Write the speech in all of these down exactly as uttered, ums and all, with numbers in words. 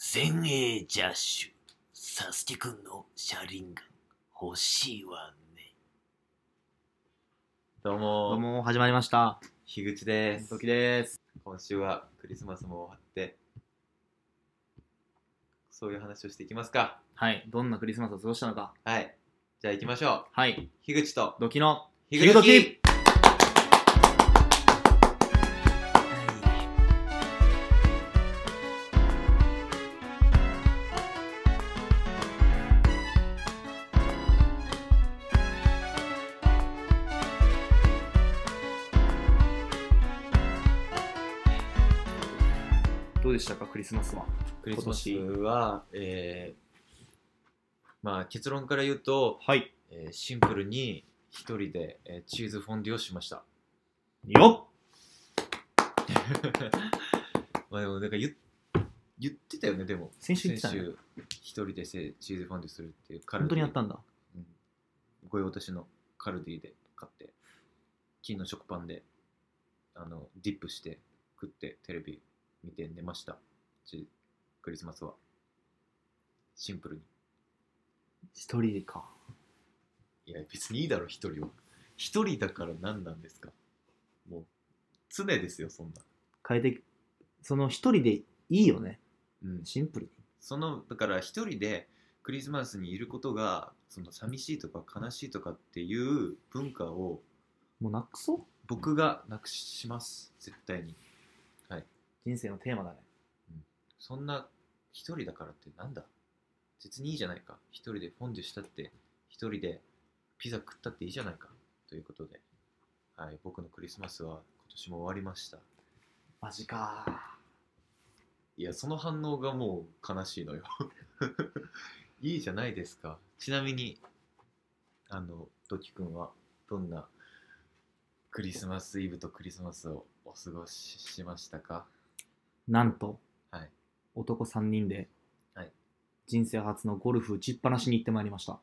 前衛ジャッシュ、サスケくんの車輪が欲しいわね。 どうもどうも始まりました。 樋口です時です。 今週はクリスマスも終わってそういう話をしていきますか。 はい、どんなクリスマスを過ごしたのか。 はい、じゃあ行きましょう。 はい、 樋口とドキの樋口どうでしたかクリスマスは。 クリスマスは、えー、まあ結論から言うと、 はい。 えー、シンプルに一人で、えー、チーズフォンデュをしました。 よっまあでもなんか言言ってたよね。でも先週言ってたね。 先週一人でせチーズフォンデュするっていうカル本ディ当にやったんだ。 うん、ご用達のカルディで買って金の食パンであのディップして食ってテレビ見て寝ました。クリスマスはシンプルに。 一人でか。 いや別にいいだろ一人は。一人だから何なんですか。もう常ですよそんな。 変えてその一人でいいよね。 うん、 シンプルに。 そのだから一人でクリスマスにいることがその寂しいとか悲しいとかっていう文化をもうなくそう。 僕がなくします絶対に。はい。 人生のテーマだね。 そんな一人だからってなんだ。別にいいじゃないか。一人でフォンデュしたって一人でピザ食ったっていいじゃないかということで、はい、僕のクリスマスは今年も終わりました。 マジか。 いやその反応がもう悲しいのよいいじゃないですか。ちなみにあのドキ君はどんなクリスマスイブとクリスマスをお過ごししましたか。 なんと、 はい、 男さんにんで、 はい、 人生初のゴルフ打ちっぱなしに行ってまいりました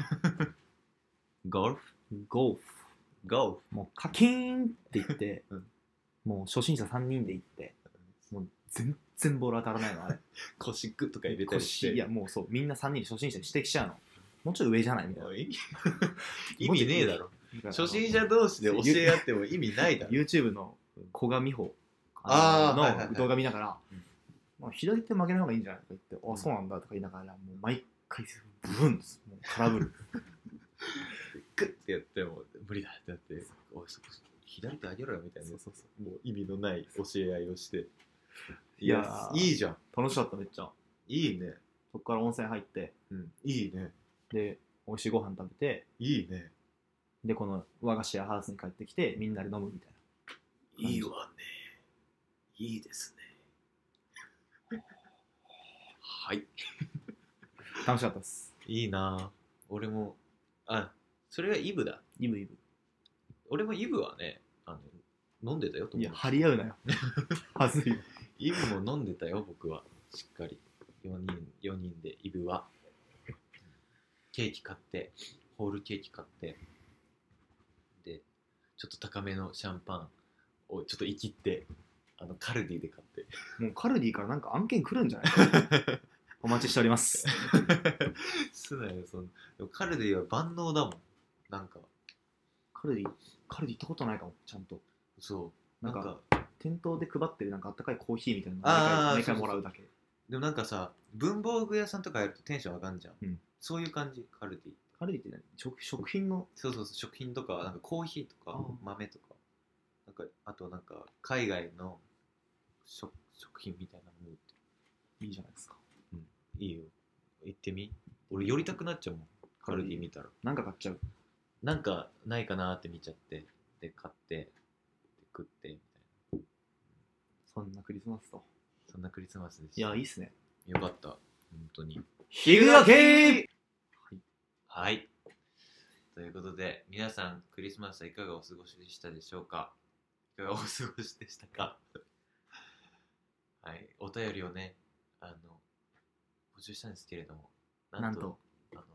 ゴルフゴルフゴルフもうカキーンって言って、 うん、 もう初心者さんにんで行ってもう全然ボール当たらないのあれ腰グッとか入れたりして。 いやもうそうみんなさんにん初心者に指摘しちゃうの。もうちょい上じゃないみたいな。 意味ねえだろ。初心者同士で教え合っても意味ないだろ。 YouTube の古賀美穂あの、はいはいはい、 動画見ながら、 うんまあ、左手曲げない方がいいんじゃないとか言って、うん、あそうなんだとか言いながらもう毎回ブーンですもう空振るグッてやっても無理だってなっておいそこ左手上げろよみたいな。そうそうそう、もう意味のない教え合いをして。いやいいじゃん。 楽しかっためっちゃいいね。 そっから温泉入って、 うん、いいね。 で美味しいご飯食べていいね。 でこの和菓子屋ハウスに帰ってきてみんなで飲むみたいな。いいわね。いいですね。 はい楽しかったです。 いいな。俺もあそれがイブだ。 イブイブ。 俺もイブはねあの飲んでたよ。 いや張り合うなよはずいよ。 イブも飲んでたよ僕はしっかり。よにんよにんでイブはケーキ買ってホールケーキ買ってでちょっと高めのシャンパンをちょっと生きってあのカルディで買ってもうカルディからなんか案件来るんじゃないお待ちしておりますすなよその。でもカルディは万能だもん。なんかカルディカルディ行ったことないかも。ちゃんとそうなんかなんか店頭で配ってるなんかあったかいコーヒーみたいなのあ毎回もらうだけ。 でもなんかさ文房具屋さんとかやるとテンション上がんじゃん、 うん、 そういう感じ。カルディカルディって何 食, 食品のそうそうそう食品とかなんかコーヒーとか豆とかなんかあとなんか海外の 食, 食品みたいなのも売っていいじゃないですか。 うん、いいよ行ってみ。俺寄りたくなっちゃうもんカルディ見たら。 なんか買っちゃう。 なんかないかなって見ちゃってで買ってで食ってみたいな。 そんなクリスマスと。 そんなクリスマスです。 いやいいっすね。 よかった本当に。 ひぐがけー。はい、 はい、ということで皆さんクリスマスはいかがお過ごしでしたでしょうか。いかがお過ごしでしたかはい、お便りをねあの募集したんですけれどもなんと、なんとあの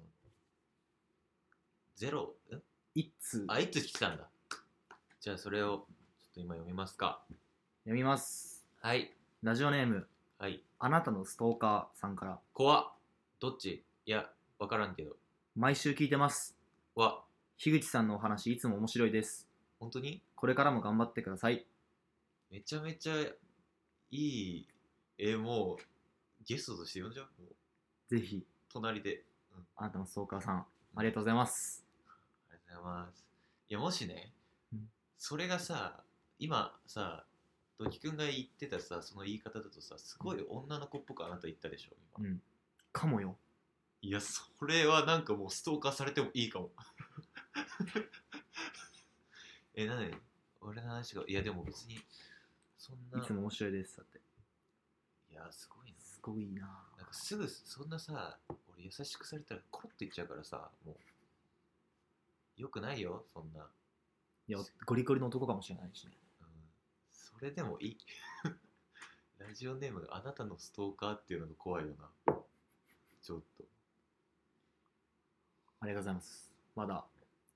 ゼロん一通あ一通来たんだ。じゃあそれをちょっと今読みますか。 読みます。 はい。 ラジオネームはい。 あなたのストーカーさんから。 怖っ。どっち？いや、わからんけど。 毎週聞いてます。 わ、 樋口さんのお話いつも面白いです。 本当にこれからも頑張ってください。 めちゃめちゃいい。えー、もう、ゲストとして呼んじゃうもう、 ぜひ、 隣で。うん。 あなたのストーカーさん、ありがとうございます。 ありがとうございます。いや、もしね、 うんそれがさ、今さ、ドキくんが言ってたさ、その言い方だとさ、すごい女の子っぽくあなた言ったでしょ、今。 うん。かもよ。 いや、それはなんかもうストーカーされてもいいかも。え、なんで俺の話が、いやでも別に、そんな。 いつも面白いです。だって。 いや、すごいな。 すごいな。 なんかすぐ、そんなさ、俺優しくされたらコロッといっちゃうからさ、もう。よくないよ、そんな。 いや、ゴリゴリの男かもしれないしね。 うん、それでもいい。ラジオネームがあなたのストーカーっていうのが怖いよな。ちょっと。 ありがとうございます。まだ、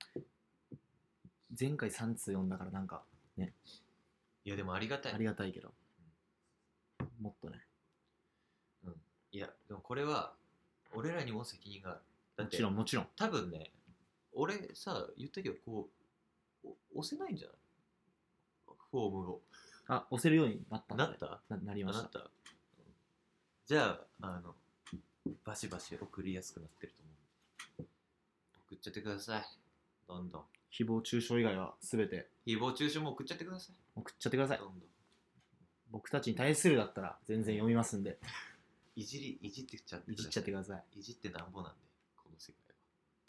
前回さん通読んだからなんかね。 いやでもありがたい。 ありがたいけど。うん、もっとね。 うん。いや、でもこれは、俺らにも責任がある。だってもちろん、もちろん。 多分ね、俺さ、言ったけど、こう、押せないんじゃないフォームを。 あ、押せるようになったんで。 なったななりました。 なった、うん、じゃあ、あの、バシバシ送りやすくなってると思う。送っちゃってください。どんどん。 誹謗中傷以外はすべて。 誹謗中傷も送っちゃってください。 送っちゃってください。 どんどん。 僕たちに対するだったら全然読みますんで。 いじり、いじってちゃってください。 いじっちゃってください。 いじってなんぼなんで、この世界は。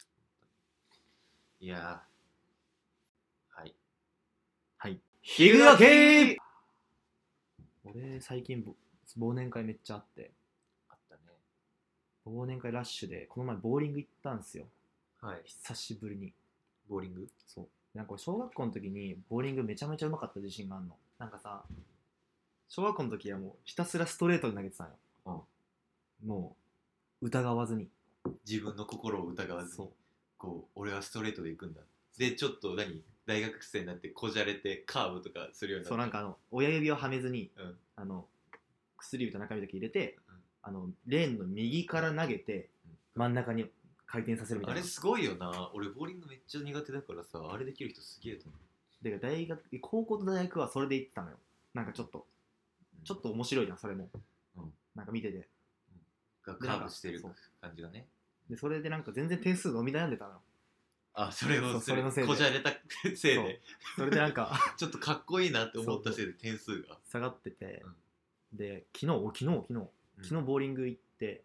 いやー。はい。 はい。 ひぐがけ俺、最近ぼ、忘年会めっちゃあって。 あったね。 忘年会ラッシュで、この前ボーリング行ったんですよ。 はい。 久しぶりに。 ボーリング？ そう。なんか小学校の時にボーリングめちゃめちゃうまかった自信があるの。なんかさ、小学校の時はもうひたすらストレートに投げてたのよ。うん。もう、疑わずに。 自分の心を疑わずに。 そう。 こう、俺はストレートで行くんだ。で、ちょっと何大学生になってこじゃれてカーブとかするようになって。 そう、なんかあの、親指をはめずに、 うん、 あの、薬指と中指だけ入れて、 うん、 あの、レーンの右から投げて、うん、真ん中に回転させるみたいな。 あれすごいよな。俺ボーリングめっちゃ苦手だからさ、あれできる人すげえと思う。 で、大学、高校と大学はそれで行ってたのよ。なんかちょっと、うん、ちょっと面白いな、それも。うん、なんか見てて。 うん、がカーブしてる感じがね。 で、それでなんか全然点数伸び悩んでたのよ。 あ、それをそれのせいでこじゃれたせいでそ, それでなんかちょっとかっこいいなって思ったせいで点数が下がってて、うん、で昨日昨日昨日、うん、昨日ボーリング行って、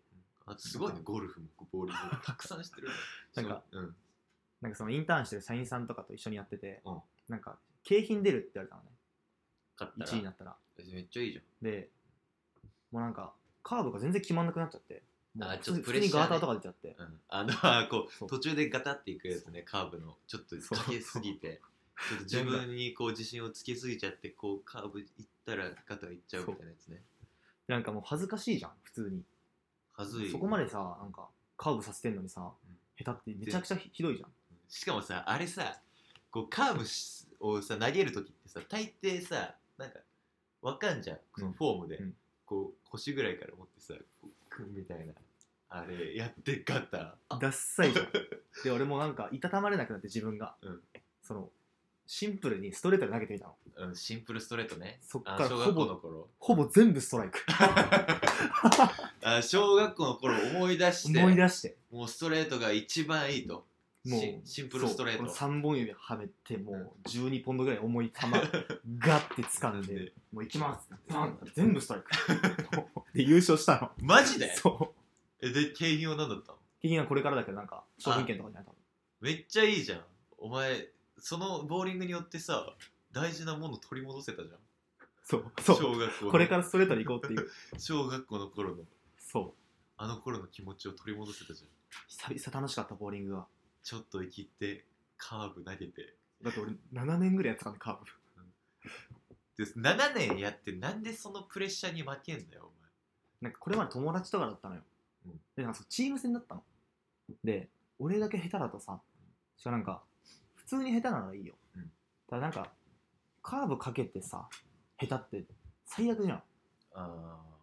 うん、あすごいね、ゴルフもボーリングたくさんしてるなんか、 うん、 なんかそのインターンしてる社員さんとかと一緒にやってて、 うん、 なんか景品出るって言われたのね。 勝ったらいちいになったらめっちゃいいじゃん。 でもうなんかカーブが全然決まんなくなっちゃって、もうあちょっと普通にガーターとか出ちゃって、 うん、あのこう途中でガタっていくやつね、カーブのちょっとかけすぎてちょっと自分にこう自信をつけすぎちゃって、こうカーブいったらガタいっちゃうみたいなやつね。 なんかもう恥ずかしいじゃん普通に。 はずい。 そこまでさ、なんかカーブさせてんのにさ、うん、下手ってめちゃくちゃひどいじゃん。 しかもさ、あれさ、こうカーブをさ投げるときってさ、大抵さ、なんかわかんじゃん、そのフォームで、うん、こう腰ぐらいから持ってさ、こうクンみたいな、あれやってガタダッサいじゃん。で俺もなんかいたたまれなくなって自分が、うん、そのシンプルにストレートで投げてみたの。 うん、シンプルストレートね。 そっから小学校の頃ほぼ全部ストライク。 あ、小学校の頃思い出して思い出してもうストレートが一番いいと。もうシンプルストレート。 さんぼん指はめて、もうじゅうにポンドぐらい重い球ガッて掴んでもう行きますバンって全部ストライクで優勝したの。 マジで？ そう。 えで景品は何だったの？ 景品はこれからだけどなんか商品券とかになったの。 めっちゃいいじゃん。お前そのボーリングによってさ大事なもの取り戻せたじゃん。 そうそう。 小学校これからストレートに行こうっていう小学校の頃のそうあの頃の気持ちを取り戻せたじゃん。久々楽しかったボーリングは。 ちょっと生きてカーブ投げて。 だって俺ななねんぐらいやってたんでカーブ、うん、でななねんやってなんでそのプレッシャーに負けんだよお前。 なんかこれまで友達とかだったのよ、うん、でなんかチーム戦だったので、俺だけ下手だとさ、しかもなんか普通に下手ならいいよ、うん、ただなんかカーブかけてさ下手って最悪じゃん。 あ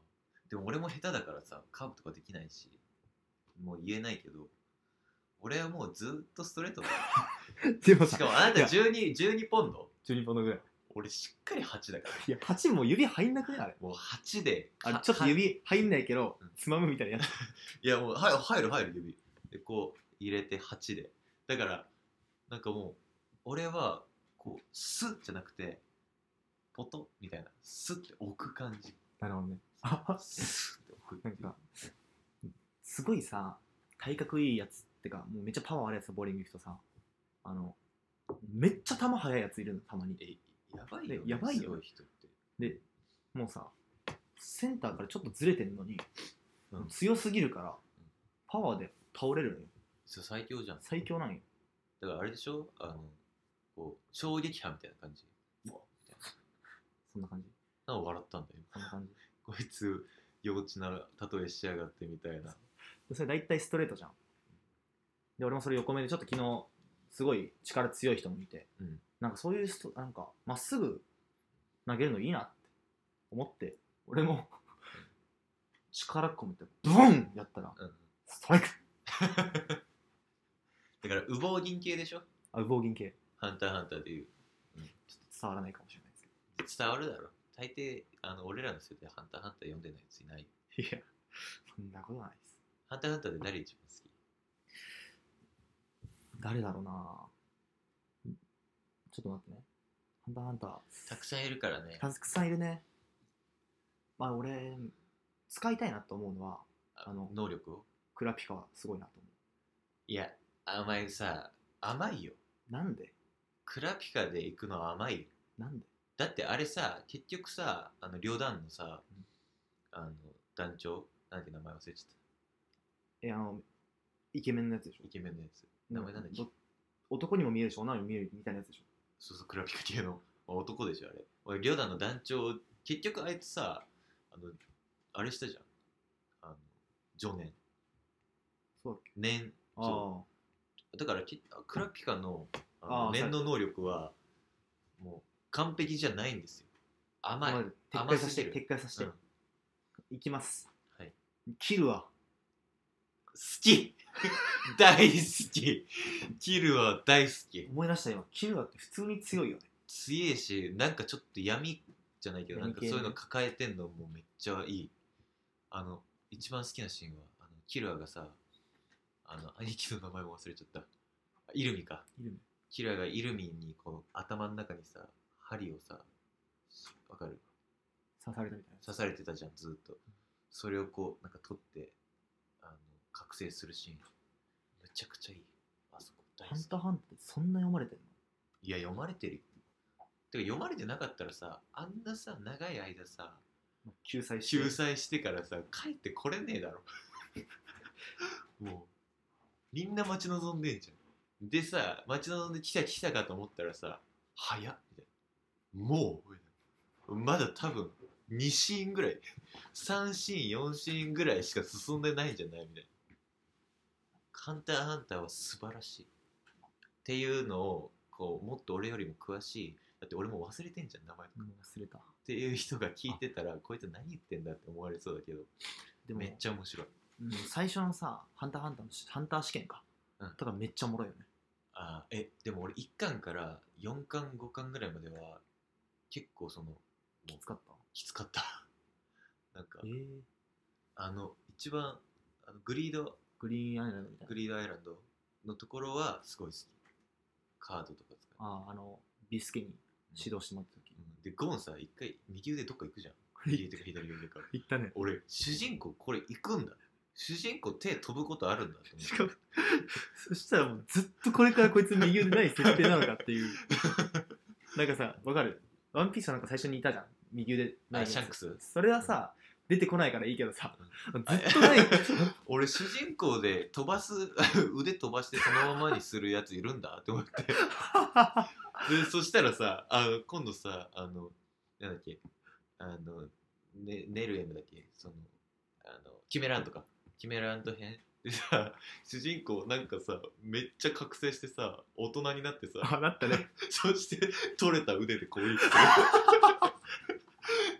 でも俺も下手だからさカーブとかできないしもう言えないけど俺はもうずっとストレートだよでもさしかもあなたいやじゅうに、じゅうにポンドじゅうにポンドぐらい。 俺しっかりはちだからいやはちも指入んなくねあれ。 もうはちであれちょっと指入んないけどうんつまむみたいなやつ。 いやもうはい入る入る指でこう入れてはちでだからなんかもう俺はこうスッじゃなくてポトみたいなスッて置く感じなるほどね。 スッて置くなんかすごいさ体格いいやつってかもうめっちゃパワーあるやつボーリング行くとさあのめっちゃ球速いやついるのたまに。 えやばいよ、ね、 やばいよすごい人ってでもうさセンターからちょっとずれてんのに、 うん、 強すぎるからパワーで倒れるのよ。 それ最強じゃん最強なんよ。 だからあれでしょあのこう衝撃波みたいな感じそんな感じなんか笑ったんだよそんな感じこいつ幼稚な例えしやがってみたいなでそれ大体ストレートじゃん。で俺もそれ横目でちょっと昨日すごい力強い人も見て、 うん、 なんかそういう人なんかまっすぐ投げるのいいなって思って俺も力込めてブーンやったら、 うん、 ストライクだから羽毛銀系でしょあ、羽毛銀系ハンターハンターでいう、うん、 ちょっと伝わらないかもしれないですけ伝わるだろ大抵あの俺らの世代ハンターハンター読んでないやついないどいやそんなことないです。 ハンターハンターで誰一番好き誰だろうなちょっと待ってね。ハンターハンターたくさんいるからねたくさんいるね。まあ俺使いたいなと思うのはあの能力をクラピカはすごいなと思いや甘いさ甘いよう。なんでクラピカで行くのは甘いよなんでだってあれさ結局さあの旅団のさ、うん、あの団長なんて名前忘れちゃったえあのイケメンのやつでしょ。 イケメンのやつ名前なんだっけ男にも見えるし女にも見えるみたいなやつでしょ。 そうそうクラピカ系の男でしょあれ俺旅団の団長結局あいつさあのあれしたじゃんあの序年そうだっけ。 年あだからきクラピカのあのあー念の能力はもう完璧じゃないんですよ甘い撤甘回させてすぎる撤回させて、 うんいきます。 はいキルは好き大好きキルは大好き思い出した今キルはって普通に強いよね。 強いしなんかちょっと闇じゃないけどなんか闇系ねそういうの抱えてんのもめっちゃいいあの一番好きなシーンはあのキルアがさあの兄貴の名前も忘れちゃったイルミかいるね。 キルアがイルミにこう頭の中にさ針をさわかる刺されたみたいな。 刺されてたじゃんずっとそれをこうなんか取ってあの覚醒するシーンめちゃくちゃいいあそこ大好きハンターハンターってそんな読まれてんの。 いや読まれてるよてか読まれてなかったらさあんなさ長い間さ救済して救済してからさ帰ってこれねえだろもうみんな待ち望んでんじゃんでさ待ち望んで来た来たかと思ったらさ早っみたいなもうまだ多分にシーンぐらいさんシーンよんシーンぐらいしか進んでないんじゃないみたいなハンターハンターは素晴らしいっていうのをこうもっと俺よりも詳しいだって俺も忘れてんじゃん名前とかもう忘れた。 っていう人が聞いてたらこいつ何言ってんだって思われそうだけどでもめっちゃ面白いうん、最初のさハンターハンターのハンター試験か、 うんとかめっちゃおもろいよね。 あーえでも俺いっかんからよんかんごかんぐらいまでは結構そのもうきつかった。 きつかったなんかえー、 あの一番あのグリードグリーンアイランドみたいな。 グリードアイランドのところはすごい好きカードとか使う、 あああのビスケに指導してもらった時、 うん、でゴンさ一回右腕どっか行くじゃん右腕か左腕か言ったね。 俺主人公これ行くんだ主人公手飛ぶことあるんだって思ってしかもそしたらもうずっとこれからこいつ右腕ない設定なのかっていうなんかさわかるワンピースはなんか最初にいたじゃん右腕ないやつあシャンクスそれはさ、うん、出てこないからいいけどさ、 うんずっとない俺主人公で飛ばす腕飛ばしてそのままにするやついるんだって思ってでそしたらさあの今度さあのなんだっけあの、ね、ネルエムだっけそのあのキメラントかキメラント編でさ主人公なんかさめっちゃ覚醒してさ大人になってさあなったねそして取れた腕で攻撃するっ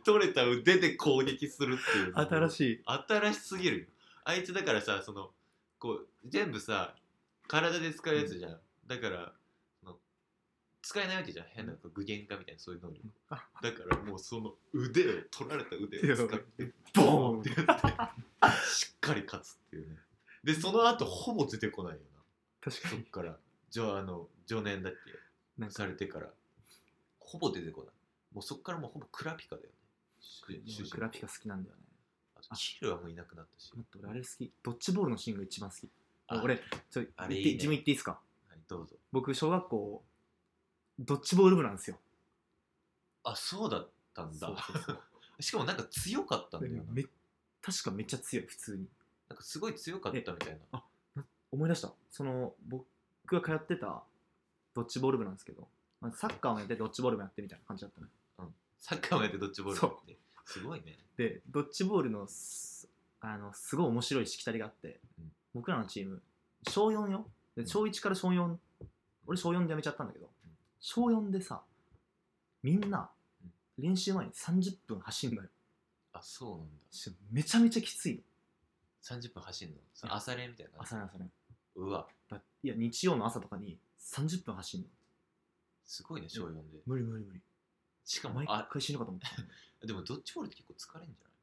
取れた腕で攻撃するっていう新しい。 新しすぎるよ。あいつだからさ、そのこう全部さ体で使うやつじゃん、うん、だからその使えないわけじゃん、変な具現化みたいなそういう能力、だからもうその腕を取られた腕を使ってボーンってやってしっかり勝つっていうね。でその後ほぼ出てこないよな。 確かに。 そっからじゃああの常年だっけなんかされてからほぼ出てこない。もうそっからもうほぼクラピカだよね。 クラピカ好きなんだよね。 キルはもういなくなったし。 待って俺あれ好き。ドッジボールのシーンが一番好き。 あ俺ちょあれいいね、 自分言っていいですか。 はい、どうぞ。 僕小学校ドッジボール部なんですよ。 あ、そうだったんだ。 そうそうそうしかもなんか強かったんだよな。 め確かめっちゃ強い普通に。 なんかすごい強かったみたいな。 あ、思い出した。その僕が通ってたドッジボール部なんですけど、サッカーもやってドッジボールもやってみたいな感じだったね。 うん。サッカーもやってドッジボールもやって。すごいね。 でドッジボールのすあのすごい面白いしきたりがあって、うん、僕らのチームしょうよんよ。でちょういちからしょうよん、俺しょうよんでやめちゃったんだけど、うん、しょうよんでさみんな練習前にさんじゅっぷん走んのよ。 あ、そうなんだ。 めちゃめちゃきついの。 さんじゅっぷん走んの？朝練みたいな。 朝練朝練。 うわ。 いや日曜の朝とかにさんじゅっぷん走んの。 すごいね、しょうよんで。 無理無理無理。 しかも毎回死ぬかと思ったでもドッジボールって結構疲れんじゃない？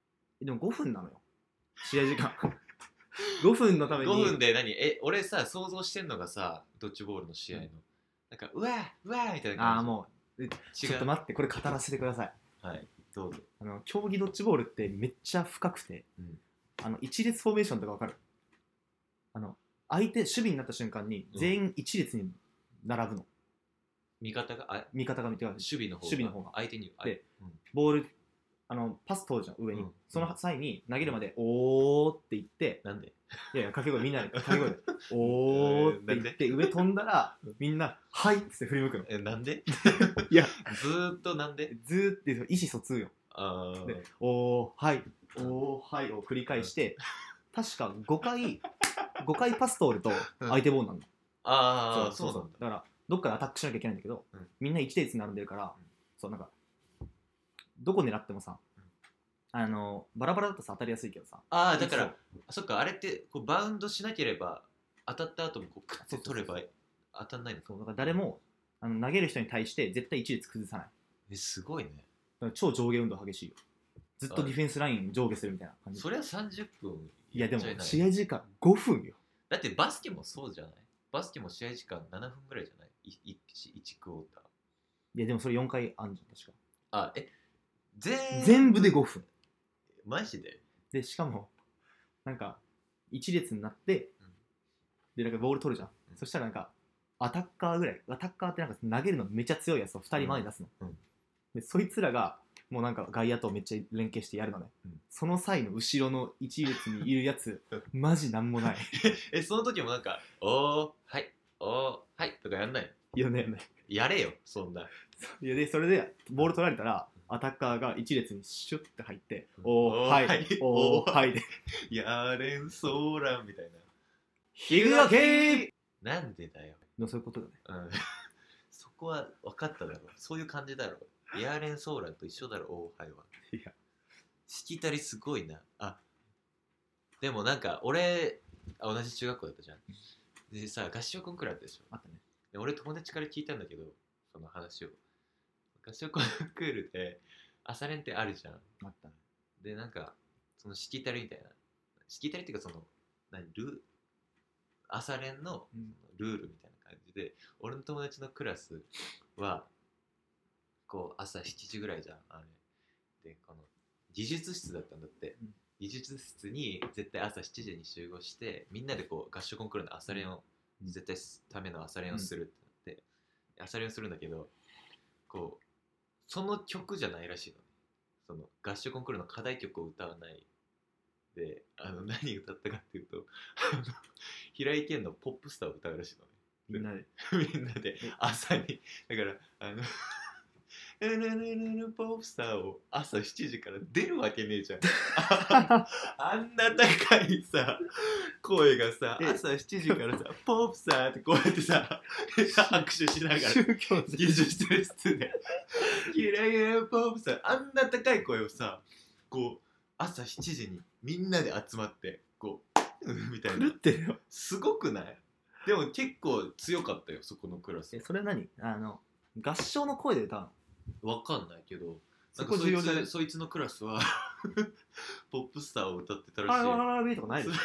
でもごふんなのよ試合時間ごふんのためにごふんで何え俺さ想像してんのがさドッジボールの試合の、うん、なんかうわうわみたいな感じ。ああもうちょっと待ってこれ語らせてください。 はいどうぞ。 あの競技ドッジボールってめっちゃ深くて、うん、あの一列フォーメーションとか分かる？あの相手守備になった瞬間に全員一列に並ぶの、うん、 味方があ味方が見て守備の方が守備の方が相手にで、うん、ボールあのパス通るじゃん上に、うん、その際に投げるまで、うん、おーって言ってなんでいやいや掛け声みんなで掛け声でおーって言って上飛んだらみんなはいって振り向くの。 えなんでいやずーっとなんでずーって意思疎通よ。 あでおーはいおーはいを繰り返して、うん、確かごかいごかいパス通ると相手ボールなんだ、うん、 ああそうなんだ。 だからどっかでアタックしなきゃいけないんだけど、うん、みんな一列に並んでるから、うん、そうなんかどこ狙ってもさ、うん、あのバラバラだとさ当たりやすいけどさああだからそっかあれってこうバウンドしなければ当たった後もこうクッて取れば当たんないのか。 そうだから誰もあの投げる人に対して絶対一列崩さない。 えすごいね。 だから超上下運動激しいよ。ずっとディフェンスライン上下するみたいな感じ。 それはさんじゅっぷんいやでも試合時間ごふんよ。 だってバスケもそうじゃない？バスケも試合時間ななふんぐらいじゃない？ いち クォーター。 いやでもそれよんかいあんじゃん確か。 あえ全全部でごふん。 マジで？ でしかもなんか一列になって、うん、でなんかボール取るじゃん、うん、そしたらなんかアタッカーぐらいアタッカーってなんか投げるのめっちゃ強いやつをふたり前に出すの、うんうん、でそいつらがもうなんか外野とめっちゃ連携してやるのね、うん、その際の後ろの一列にいるやつマジなんもないえその時もなんかおーはいおーはいとかやんない？ いやねやれよそんな。 いやでそれでボール取られたらアタッカーが一列にシュッて入っておーはいおーはいでやれんそうらんみたいな。 ひぐがけーなんでだよのそういうことだね、 うん、そこは分かっただろう。そういう感じだろう。ヤーレンソーランと一緒だろおーはいは。 いやしきたりすごいな。あでもなんか俺同じ中学校だったじゃん。でさ合唱コンクールあったでしょ。 あったね。 で俺友達から聞いたんだけどその話を。合唱コンクールで朝練ってあるじゃん。 あったね。 でなんかそのしきたりみたいなしきたりっていうかその何ル朝練のルールみたいな感じで、うん、俺の友達のクラスはこう朝しちじぐらいじゃんあれでこの技術室だったんだって、うん、技術室に絶対朝しちじに集合してみんなでこう合唱コンクールの朝練を、うん、絶対ための朝練をするってなって、うん、朝練をするんだけどこうその曲じゃないらしいの。その合唱コンクールの課題曲を歌わないであの何歌ったかっていうと平井堅のポップスターを歌うらしいのね。 みんなでみんなで朝にだからあのエヌエヌエヌエヌポップスターを朝しちじから出るわけねえじゃんああんな高いさ声がさえ朝しちじからさポップスターってこうやってさ拍手しながら宗教の技術してる室でキラキラポップスターあんな高い声をさこう朝しちじにみんなで集まってこううんみたいな狂ってるよ。 すごくない？でも結構強かったよそこのクラスえ、それは何あの、合唱の声で歌うの？ わかんないけどなそんかそいこ重要じゃないつそいつのクラスはポップスターを歌ってたらしいあららららとかないでしょ。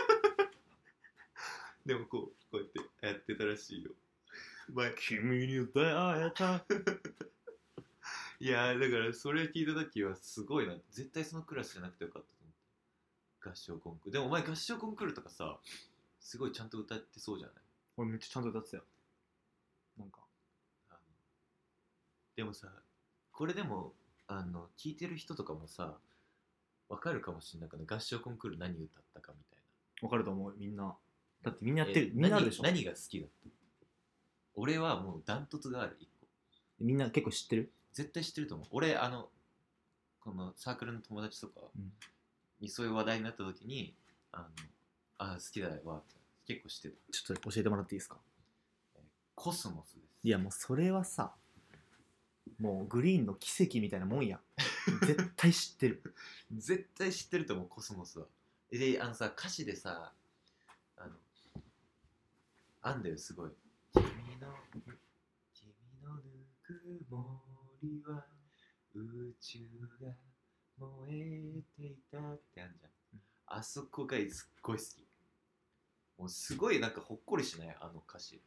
でもこうこうやってやってたらしいよ前君に出会えた。 いやーだからそれ聞いた時はすごいな絶対そのクラスじゃなくてよかったと思って合唱コンクールでもお前合唱コンクールとかさすごいちゃんと歌ってそうじゃない俺めっちゃちゃんと歌ってたよ。なんか。 あのでもさこれでもあの聞いてる人とかもさわかるかもしれないから合唱コンクール何歌ったかみたいわかると思うみんな。だってみんななやってる。 えみんなあるでしょ。 何何が好きだった俺はもうダントツがある一個みんな結構知ってる？ 絶対知ってると思う俺あのこのサークルの友達とかうんにそういう話題になった時にあのあ好きだわって結構知ってるちょっと教えてもらっていいですか？ コスモスですいやもうそれはさ、もうグリーンの奇跡みたいなもんや。絶対知ってる。 絶対知ってると思うコスモスはであのさ歌詞でさあのあんだよすごい君の君のぬくもりは宇宙が燃えていたってあんじゃん、うん、あそこがすっごい好きもうすごいなんかほっこりしないあの歌詞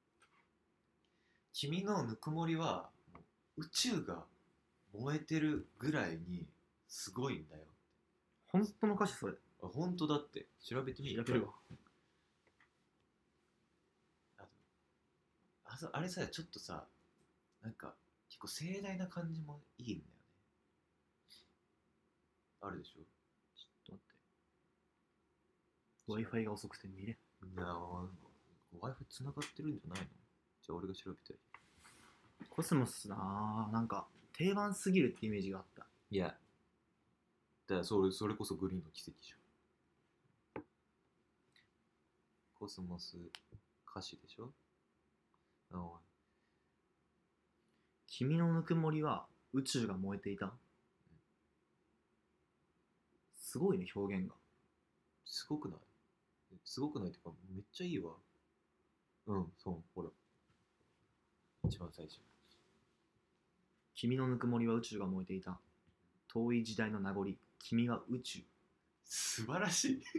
君のぬくもりは宇宙が燃えてるぐらいにすごいんだよ本当の歌詞それ。 あ本当だって調べてみる調べるわ。 あとあそあれさちょっとさなんか結構盛大な感じもいいんだよねあるでしょちょっと待って。Wi-Fi が遅くて見れん。 いや Wi-Fi 繋がってるんじゃないのじゃあ俺が調べてコスモスなぁ、なんか定番すぎるってイメージがあった。 いやだからそれ、それこそグリーンの奇跡じゃんコスモス歌詞でしょあ君のぬくもりは宇宙が燃えていた。すごいね、表現が。 すごくないすごくないってかめっちゃいいわうんそうほら一番最初君のぬくもりは宇宙が燃えていた。遠い時代の名残、君は宇宙。 素晴らしい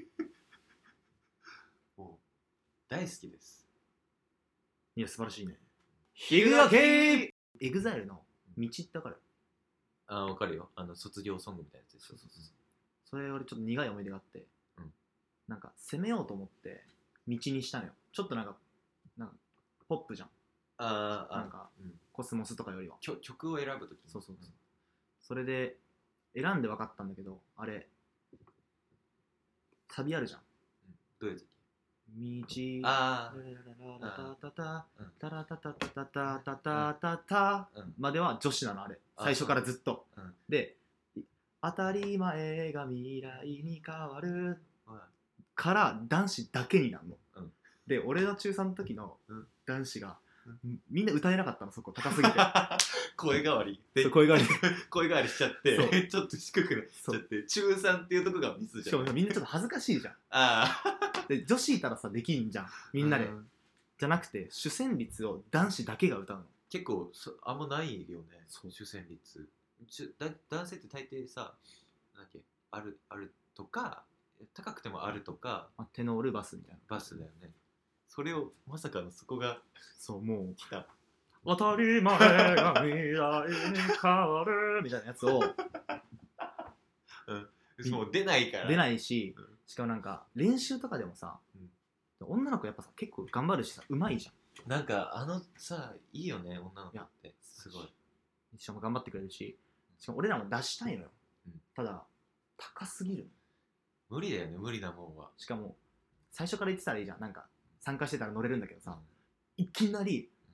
もう大好きですいや、素晴らしいね。 ヒグガケーエグザイルの道ってわかる？ あ分かるよあの卒業ソングみたいなやつですそうそうそう。それ俺ちょっと苦い思い出があって、 うん、 なんか攻めようと思って道にしたのよ。ちょっとなんか、なんかポップじゃん。 ああなんか、うん、コスモスとかよりは。 曲を選ぶときそうそうそう。それで選んで分かったんだけど、あれ、サビあるじゃん。 うん、どういうとき道あタタタタラタタタタタタタタタまでは女子なのあれ最初からずっと、うん、で当たり前が未来に変わるから男子だけになるの、うん、で俺の中さんの時の男子が、うん、みんな歌えなかったのそこ高すぎて声変わりで声変わり声変わりしちゃってちょっと低くなっちゃって中さんっていうとこがミスじゃんみんなちょっと恥ずかしいじゃんあで女子いたらさできんじゃんみんなで、うん、じゃなくて主旋律を男子だけが歌うの結構そあんまないよね主旋律だ男性って大抵さなんだっけあるあるとか高くてもあるとか、 あ、テノールバスみたいなバスだよねそれをまさかのそこがそうもう来た当たり前が未来に変わるみたいなやつを、 うん、もう出ないから出ないし、うん、しかもなんか練習とかでもさ、うん、女の子やっぱさ結構頑張るしさうまいじゃんなんかあのさいいよね女の子ってすごいしかも頑張ってくれるししかも俺らも出したいのよ、うん、ただ高すぎる無理だよね無理なもんはしかも最初から言ってたらいいじゃんなんか参加してたら乗れるんだけどさ、うん、いきなり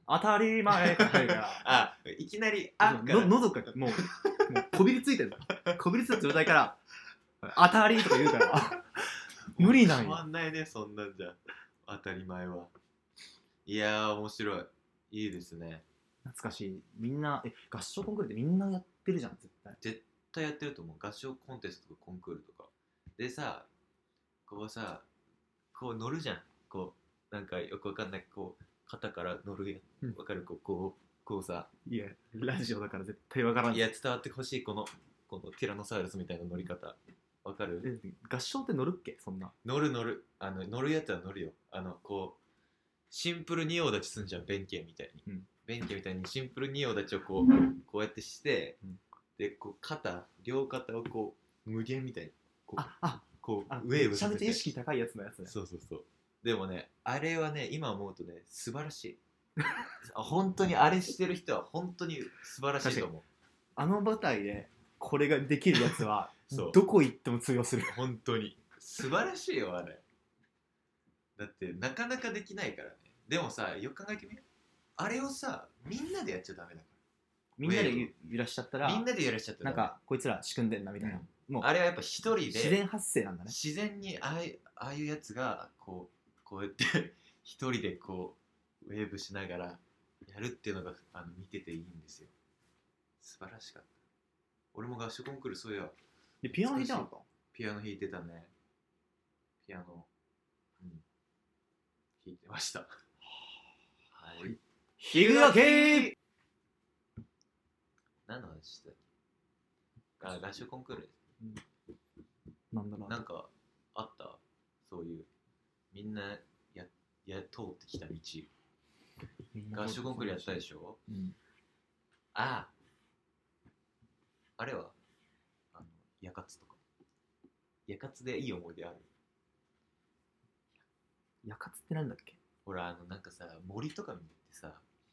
当たり前から入るからあ、いきなりあからの喉がもうもうこびりついてるこびりついた状態から当たりとか言うから無理なん変わよ。 んないね、そんなんじゃ当たり前は。いやー面白い、いいですね。 懐かしい。みんなえ合唱コンクールってみんなやってるじゃん絶対。 絶対やってると思う。合唱コンテストとかコンクールとかでさ、こうさ、こう乗るじゃん。こうなんかよくわかんない、こう肩から乗るやうんわかる、こうこうこうさ、 いやラジオだから絶対わからん。 いや伝わってほしい、このこのティラノサウルスみたいな乗り方わかる？ え合唱って乗るっけそんな。 乗る乗る、あの乗るやつは乗るよ。あのこうシンプル仁王立ちすんじゃん、弁慶みたいに、 うん弁慶みたいにシンプル仁王立ちをこうこうやってして、 うんでこう肩両肩をこう無限みたいにこうああこうあウェーブさせて、 めちゃめちゃ意識高いやつのやつね。 そうそうそう。でもね、あれはね、今思うとね、素晴らしい。本当にあれしてる人は本当に素晴らしいと思う。 あの舞台でこれができるやつはそうどこ行っても通用する。 本当に素晴らしいよ、あれ。だってなかなかできないからね。でもさ、よく考えてみる、あれをさ、みんなでやっちゃダメだかみんなでゆ揺らしちゃったらら。みんなでやらしちゃったらなんかこいつら仕組んでんなみたいな、もうあれはやっぱ一人で自然発生なんだね。 自然にああいうああいうやつがこうこうやって一人でこうウェーブしながらやるっていうのがあの見てていいんですよ。素晴らしかった。俺も合唱コンクールそういやでピアノ弾いてなかった？ ピアノ弾いてたね。ピアノ、うん、弾いてました。はい。 ひぐがけ何の話したっけ？あ、合唱コンクール。 なんだろう。 なんかあった？そういうみんなやや通ってきた道。合唱コンクールやったでしょ？ うん、 ああ、あれはあのやかつとか。やかつでいい思い出ある？ やかつってなんだっけ？ ほら、あのなんかさ、森とか見てさ、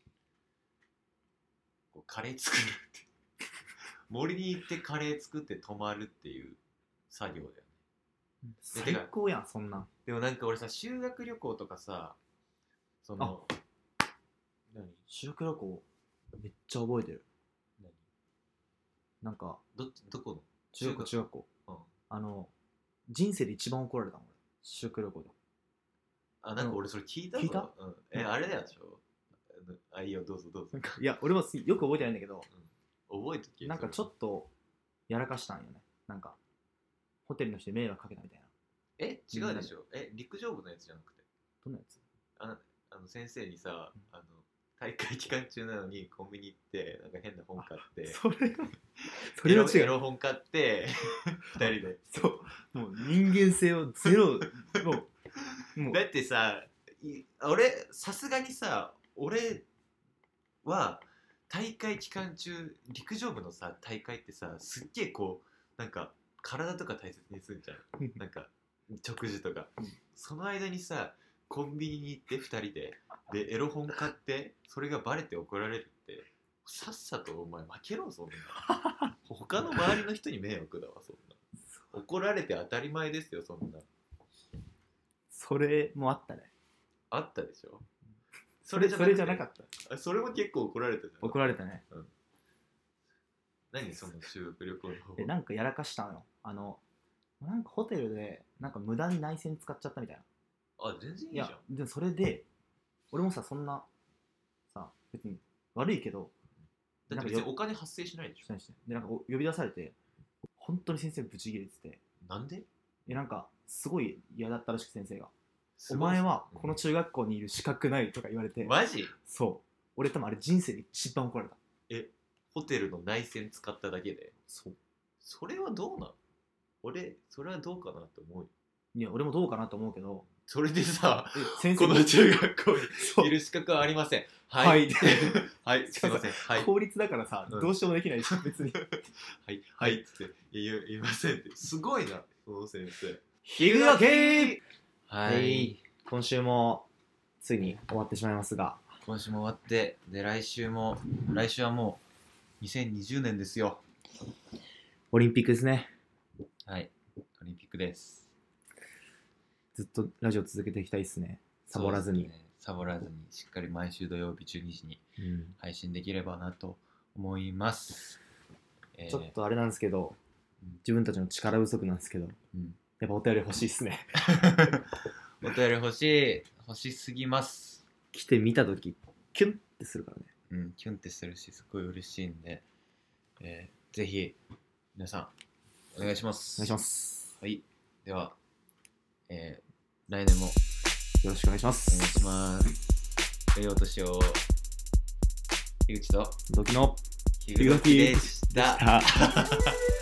こうカレー作るって森に行ってカレー作って泊まるっていう作業だよね。 最高やんそんなん。 でもなんか俺さ、修学旅行とかさ、その何修学旅行めっちゃ覚えてる。 何なんかどどこの中学中学校、 うん、 あの人生で一番怒られたの俺修学旅行で。 あ、なんか俺それ聞いたぞ。 聞いた？ うん、え、あれだよでしょ。あ、いいよ、どうぞどうぞ。 なんかいや俺もよく覚えてないんだけど、 うん、覚えとけ。 なんかちょっとやらかしたんよね。なんかホテルの人に迷惑かけたみたいな。 え、違うでしょ。え、陸上部のやつじゃなくて。 どんなやつ？ ああの先生にさ、 うん、 あの大会期間中なのにコンビニ行ってなんか変な本買ってそれがそれは違う。 エロ本買ってふたりでそうもう人間性をゼロもうもうだってさ、俺さすがにさ、俺は大会期間中陸上部のさ大会ってさ、すっげえこうなんか体とか大切にするじゃんなんか食事とか、 うん、その間にさコンビニに行ってふたりででエロ本買ってそれがバレて怒られるって、さっさとお前負けろ、そんな他の周りの人に迷惑だわ、そんな怒られて当たり前ですよ、そんな。 それもあったね。 あったでしょ。 それそれじゃなかった。 あ、それも結構怒られたじゃん。 怒られたね、 うん、何その修学旅行の方でなんかやらかしたのよ。あのなんかホテルでなんか無駄に内線使っちゃったみたいな。 あ、全然いいじゃん。 いやでもそれで俺もさ、そんなさ別に悪いけど、 だって別にお金発生しないでしょ。 でなんか呼び出されて本当に先生ブチ切れてて、 なんで？ えなんかすごい嫌だったらしく先生が、お前はこの中学校にいる資格ないとか言われて。 マジ？ そう俺多分あれ人生で一番怒られた。 え、ホテルの内線使っただけで？ そう。それはどうなの？俺それはどうかなって思うよ。 いや俺もどうかなと思うけど、 それでさ、 先生この中学校にいる資格はありません。はいはい、すいません。はい。 公立だからさ、 うん、 どうしようもできないでしょ別にはいはいっつって言いませんって、すごいなその先生。 ひぐがけはい、 はい、今週もついに終わってしまいますが、 今週も終わって、で来週も来週はもうにせんにじゅうねんですよ。 オリンピックですね。 はい、オリンピックです。 ずっとラジオ続けていきたいですね、サボらずに。 ね、 サボらずにしっかり毎週土曜日じゅうにじにうん配信できればなと思います、えーちょっとあれなんですけど、 うん自分たちの力不足なんですけど、 うんやっぱお便り欲しいっすね。 お便り欲しい欲しすぎます。 来てみたとき、キュンってするからね。 うんキュンってするしすごい嬉しいんで、えー、ぜひ皆さんお願いしますお願いします。 はいでは、えー、来年もよろしくお願いしまお願いす。 します良いお年を。樋口とドキの樋口でしたあ